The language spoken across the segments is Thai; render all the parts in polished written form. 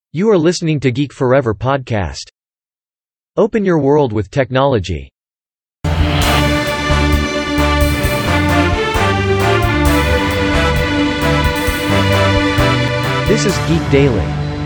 You are listening to Geek Forever podcast. Open your world with technology. This is Geek Daily.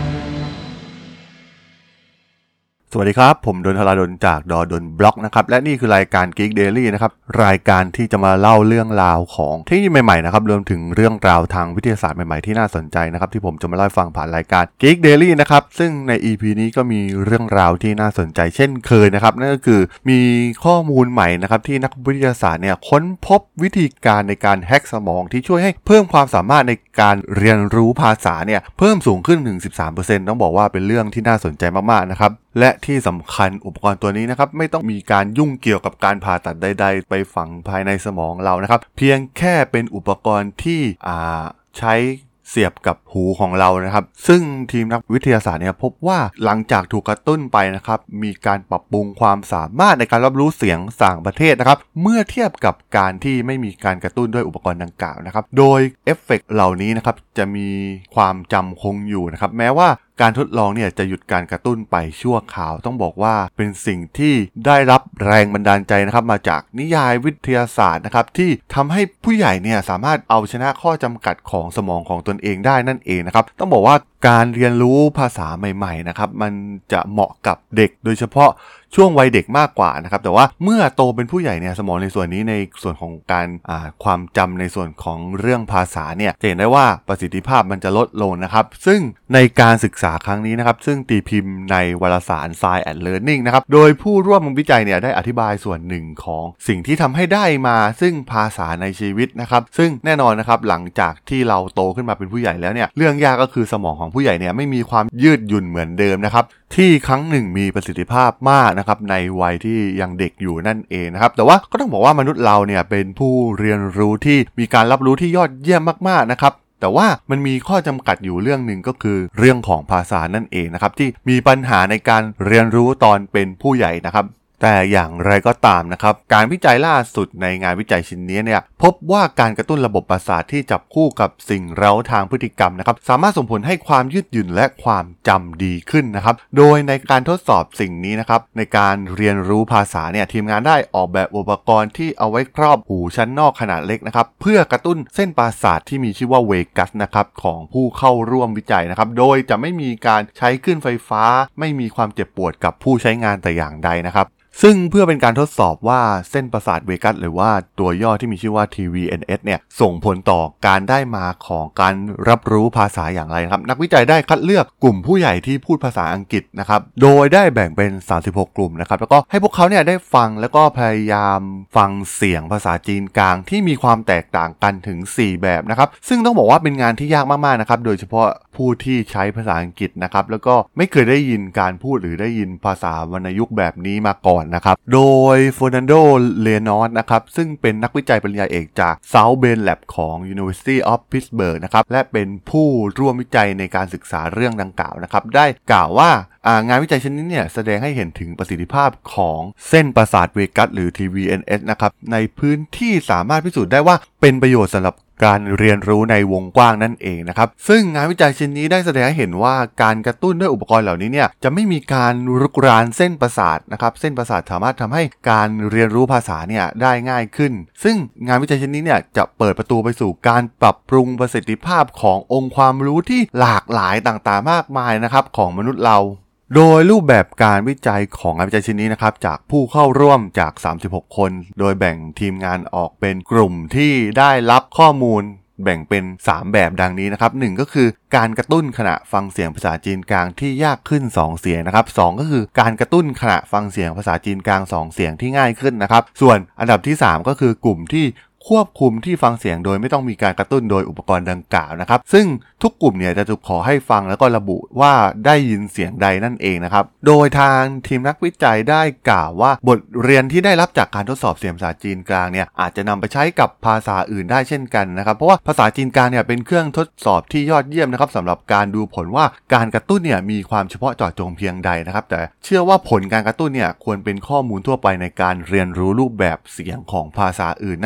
สวัสดีครับผมดนทราดลจากดนบล็อกนะครับและนี่คือรายการ Geek Daily นะครับรายการที่จะมาเล่าเรื่องราวของเทคโนโลยีใหม่ๆนะครับรวมถึงเรื่องราวทางวิทยาศาสตร์ใหม่ๆที่น่าสนใจนะครับที่ผมจะมาเล่าให้ฟังผ่านรายการ Geek Daily นะครับซึ่งใน EP นี้ก็มีเรื่องราวที่น่าสนใจเช่นเคยนะครับนั่นก็คือมีข้อมูลใหม่นะครับที่นักวิทยาศาสตร์เนี่ยค้นพบวิธีการในการแฮกสมองที่ช่วยให้เพิ่มความสามารถในการเรียนรู้ภาษาเนี่ยเพิ่มสูงขึ้นถึง 13% ต้องบอกว่าเป็นเรื่องที่น่าสนใจมากๆนะครับและที่สำคัญอุปกรณ์ตัวนี้นะครับไม่ต้องมีการยุ่งเกี่ยวกับการผ่าตัดใดๆไปฝังภายในสมองเรานะครับเพียงแค่เป็นอุปกรณ์ที่ใช้เสียบกับหูของเรานะครับซึ่งทีมนักวิทยาศาสตร์เนี่ยพบว่าหลังจากถูกกระตุ้นไปนะครับมีการปรับปรุงความสามารถในการรับรู้เสียงต่างประเทศนะครับเมื่อเทียบกับการที่ไม่มีการกระตุ้นด้วยอุปกรณ์ดังกล่าวนะครับโดยเอฟเฟกต์เหล่านี้นะครับจะมีความจำคงอยู่นะครับแม้ว่าการทดลองเนี่ยจะหยุดการกระตุ้นไปชั่วคราวต้องบอกว่าเป็นสิ่งที่ได้รับแรงบันดาลใจนะครับมาจากนิยายวิทยาศาสตร์นะครับที่ทำให้ผู้ใหญ่เนี่ยสามารถเอาชนะข้อจำกัดของสมองของตนเองได้นั่นเองนะครับต้องบอกว่าการเรียนรู้ภาษาใหม่ๆนะครับมันจะเหมาะกับเด็กโดยเฉพาะช่วงวัยเด็กมากกว่านะครับแต่ว่าเมื่อโตเป็นผู้ใหญ่เนี่ยสมองในส่วนนี้ในส่วนของการความจำในส่วนของเรื่องภาษาเนี่ยจะเห็นได้ว่าประสิทธิภาพมันจะลดลงนะครับซึ่งในการศึกษาครั้งนี้นะครับซึ่งตีพิมพ์ในวารสาร Science and Learning นะครับโดยผู้ร่วมวิจัยเนี่ยได้อธิบายส่วนหนึ่งของสิ่งที่ทำให้ได้มาซึ่งภาษาในชีวิตนะครับซึ่งแน่นอนนะครับหลังจากที่เราโตขึ้นมาเป็นผู้ใหญ่แล้วเนี่ยเรื่องยากก็คือสมองของผู้ใหญ่เนี่ยไม่มีความยืดหยุ่นเหมือนเดิมนะครับที่ครั้งหนึ่งมีประสิทธิภาพมากนะครับในวัยที่ยังเด็กอยู่นั่นเองนะครับแต่ว่าก็ต้องบอกว่ามนุษย์เราเนี่ยเป็นผู้เรียนรู้ที่มีการรับรู้ที่ยอดเยี่ยมมากๆนะครับแต่ว่ามันมีข้อจำกัดอยู่เรื่องหนึ่งก็คือเรื่องของภาษานั่นเองนะครับที่มีปัญหาในการเรียนรู้ตอนเป็นผู้ใหญ่นะครับแต่อย่างไรก็ตามนะครับการวิจัยล่าสุดในงานวิจัยชิ้นนี้เนี่ยพบว่าการกระตุ้นระบบประสาทที่จับคู่กับสิ่งเร้าทางพฤติกรรมนะครับสามารถส่งผลให้ความยืดหยุ่นและความจำดีขึ้นนะครับโดยในการทดสอบสิ่งนี้นะครับในการเรียนรู้ภาษาเนี่ยทีมงานได้ออกแบบอุปกรณ์ที่เอาไว้ครอบหูชั้นนอกขนาดเล็กนะครับเพื่อกระตุ้นเส้นประสาทที่มีชื่อว่าเวกัสนะครับของผู้เข้าร่วมวิจัยนะครับโดยจะไม่มีการใช้คลื่นไฟฟ้าไม่มีความเจ็บปวดกับผู้ใช้งานแต่อย่างใดนะครับซึ่งเพื่อเป็นการทดสอบว่าเส้นประสาทเวกัสหรือว่าตัวย่อที่มีชื่อว่า TVNS เนี่ยส่งผลต่อการได้มาของการรับรู้ภาษาอย่างไรครับนักวิจัยได้คัดเลือกกลุ่มผู้ใหญ่ที่พูดภาษาอังกฤษนะครับโดยได้แบ่งเป็น36กลุ่มนะครับแล้วก็ให้พวกเขาเนี่ยได้ฟังแล้วก็พยายามฟังเสียงภาษาจีนกลางที่มีความแตกต่างกันถึง4แบบนะครับซึ่งต้องบอกว่าเป็นงานที่ยากมากๆนะครับโดยเฉพาะผู้ที่ใช้ภาษาอังกฤษนะครับแล้วก็ไม่เคยได้ยินการพูดหรือได้ยินภาษาวรรณยุกต์แบบนี้มาก่อนนะครับโดยเฟอร์นันโด เลนอสนะครับซึ่งเป็นนักวิจัยปริญญาเอกจาก South Bend Lab ของ University of Pittsburgh นะครับและเป็นผู้ร่วมวิจัยในการศึกษาเรื่องดังกล่าวนะครับได้กล่าวว่างานวิจัยชิ้นนี้เนี่ยแสดงให้เห็นถึงประสิทธิภาพของเส้นประสาทเวกัสหรือ TVNS นะครับในพื้นที่สามารถพิสูจน์ได้ว่าเป็นประโยชน์สำหรับการเรียนรู้ในวงกว้างนั่นเองนะครับซึ่งงานวิจัยชิ้นนี้ได้แสดงให้เห็นว่าการกระตุ้นด้วยอุปกรณ์เหล่านี้เนี่ยจะไม่มีการรุกรานเส้นประสาทนะครับเส้นประสาทสามารถทำให้การเรียนรู้ภาษาเนี่ยได้ง่ายขึ้นซึ่งงานวิจัยชิ้นนี้เนี่ยจะเปิดประตูไปสู่การปรับปรุงประสิทธิภาพขององค์ความรู้ที่หลากหลายต่างๆมากมายนะครับของมนุษย์เราโดยรูปแบบการวิจัยของงานวิจัยชิ้นนี้นะครับจากผู้เข้าร่วมจาก36คนโดยแบ่งทีมงานออกเป็นกลุ่มที่ได้รับข้อมูลแบ่งเป็น3แบบดังนี้นะครับ1ก็คือการกระตุ้นขณะฟังเสียงภาษาจีนกลางที่ยากขึ้น2เสียงนะครับ2ก็คือการกระตุ้นขณะฟังเสียงภาษาจีนกลาง2เสียงที่ง่ายขึ้นนะครับส่วนอันดับที่3ก็คือกลุ่มที่ควบคุมที่ฟังเสียงโดยไม่ต้องมีการกระตุ้นโดยอุปกรณ์ดังกล่าวนะครับซึ่งทุกกลุ่มเนี่ยจะถูกขอให้ฟังแล้วก็ระบุว่าได้ยินเสียงใดนั่นเองนะครับโดยทางทีมนักวิจัยได้กล่าวว่าบทเรียนที่ได้รับจากการทดสอบเสียงภาษาจีนกลางเนี่ยอาจจะนำไปใช้กับภาษาอื่นได้เช่นกันนะครับเพราะว่าภาษาจีนกลางเนี่ยเป็นเครื่องทดสอบที่ยอดเยี่ยมนะครับสำหรับการดูผลว่าการกระตุ้นเนี่ยมีความเฉพาะเจาะจงเพียงใดนะครับแต่เชื่อว่าผลการกระตุ้นเนี่ยควรเป็นข้อมูลทั่วไปในการเรียนรู้รูปแบบเสียงของภาษาอื่นนั่นเองนะครับ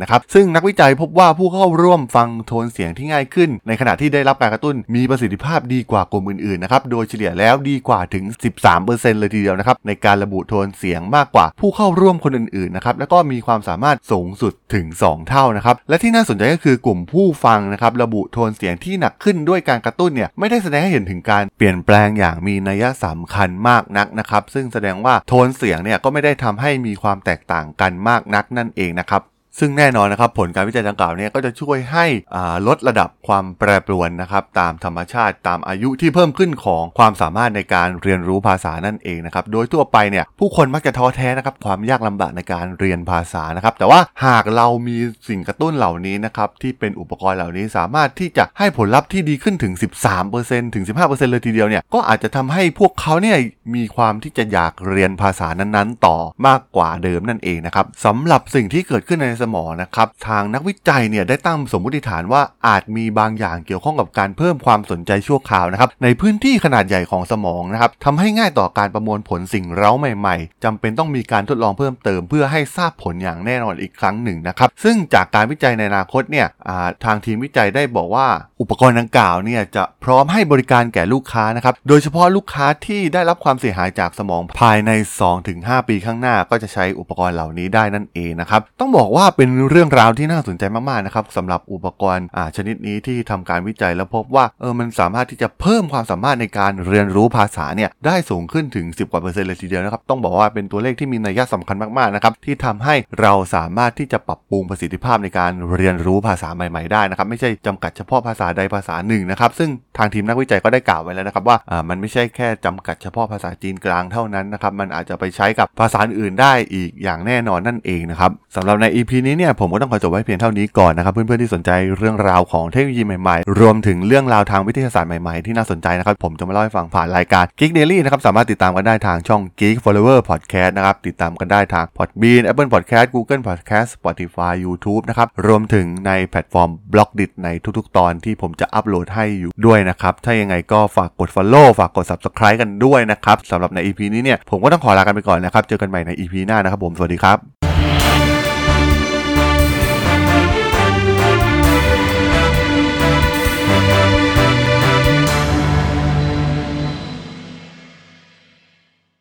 นะครับซึ่งนักวิจัยพบว่าผู้เข้าร่วมฟังโทนเสียงที่ง่ายขึ้นในขณะที่ได้รับการกระตุ้นมีประสิทธิภาพดีกว่ากลุ่มอื่นๆนะครับโดยเฉลี่ยแล้วดีกว่าถึง 13% เลยทีเดียวนะครับในการระบุโทนเสียงมากกว่าผู้เข้าร่วมคนอื่นๆนะครับแล้วก็มีความสามารถสูงสุดถึง2เท่านะครับและที่น่าสนใจก็คือกลุ่มผู้ฟังนะครับระบุโทนเสียงที่หนักขึ้นด้วยการกระตุ้นเนี่ยไม่ได้แสดงให้เห็นถึงการเปลี่ยนแปลงอย่างมีนัยสำคัญมากนักนะครับซึ่งแสดงว่าโทนเสียงเนี่ยก็ไม่ได้ทำให้มีความแตกต่างกันมากนักนั่นเองนะครับซึ่งแน่นอนนะครับผลการวิจัยดังกล่าวนี้ก็จะช่วยให้ลดระดับความแปรปรวนนะครับตามธรรมชาติตามอายุที่เพิ่มขึ้นของความสามารถในการเรียนรู้ภาษานั่นเองนะครับโดยทั่วไปเนี่ยผู้คนมักจะท้อแท้นะครับความยากลำบากในการเรียนภาษานะครับแต่ว่าหากเรามีสิ่งกระตุ้นเหล่านี้นะครับที่เป็นอุปกรณ์เหล่านี้สามารถที่จะให้ผลลัพธ์ที่ดีขึ้นถึง 13% ถึง 15% เลยทีเดียวเนี่ยก็อาจจะทำให้พวกเขาเนี่ยมีความที่จะอยากเรียนภาษานั้นๆต่อมากกว่าเดิมนั่นเองนะครับสำหรับสิ่งที่เกิดขึ้นในสมองนะครับทางนักวิจัยเนี่ยได้ตั้งสมมติฐานว่าอาจมีบางอย่างเกี่ยวข้องกับการเพิ่มความสนใจชั่วคราวนะครับในพื้นที่ขนาดใหญ่ของสมองนะครับทำให้ง่ายต่อการประมวลผลสิ่งเร้าใหม่ๆจำเป็นต้องมีการทดลองเพิ่มเติมเพื่อให้ทราบผลอย่างแน่นอนอีกครั้งหนึ่งนะครับซึ่งจากการวิจัยในอนาคตเนี่ยทางทีมวิจัยได้บอกว่าอุปกรณ์ดังกล่าวเนี่ยจะพร้อมให้บริการแก่ลูกค้านะครับโดยเฉพาะลูกค้าที่ได้รับความเสียหายจากสมองภายใน 2-5 ปีข้างหน้าก็จะใช้อุปกรณ์เหล่านี้ได้นั่นเองนะครับต้องบอกว่าเป็นเรื่องราวที่น่าสนใจมากๆนะครับสำหรับอุปกรณ์ชนิดนี้ที่ทำการวิจัยแล้วพบว่ามันสามารถที่จะเพิ่มความสามารถในการเรียนรู้ภาษาเนี่ยได้สูงขึ้นถึง10 กว่า%เลยทีเดียวนะครับต้องบอกว่าเป็นตัวเลขที่มีนัยสำคัญมากๆนะครับที่ทำให้เราสามารถที่จะปรับปรุงประสิทธิภาพในการเรียนรู้ภาษาใหม่ๆได้นะครับไม่ใช่จำกัดเฉพาะภาษาใดภาษาหนึ่งนะครับซึ่งทางทีมนักวิจัยก็ได้กล่าวไว้แล้วนะครับว่ามันไม่ใช่แค่จำกัดเฉพาะภาษาจีนกลางเท่านั้นนะครับมันอาจจะไปใช้กับภาษาอื่นได้อีกอย่างแน่นอนนั่นเองนะครับสำหรับใน EP นี้เนี่ยผมก็ต้องขอจบไว้เพียงเท่านี้ก่อนนะครับเพื่อนๆที่สนใจเรื่องราวของเทคโนโลยีใหม่ๆรวมถึงเรื่องราวทางวิทยาศาสตร์ใหม่ๆที่น่าสนใจนะครับผมจะมาเล่าให้ฟังผ่านรายการ Geek Daily นะครับสามารถติดตามกันได้ทางช่อง Geek Flower Podcast นะครับติดตามกันได้ทาง Podbean Apple Podcast Google Podcast Spotify YouTube นะครับรวมถึงในแพลตฟอร์ม Blogdit ในทุกๆตอนที่ผมจะอัปโหลดให้อยู่ด้วยนะครับถ้ายังไงก็ฝากกด Follow ฝากกด Subscribe กันด้วยนะครับสำหรับใน EP นี้เนี่ยผมก็ต้องขอลากันไปก่อนนะครับเจอกันใหม่ใน EP หน้านะครับผมสวัสดีครับ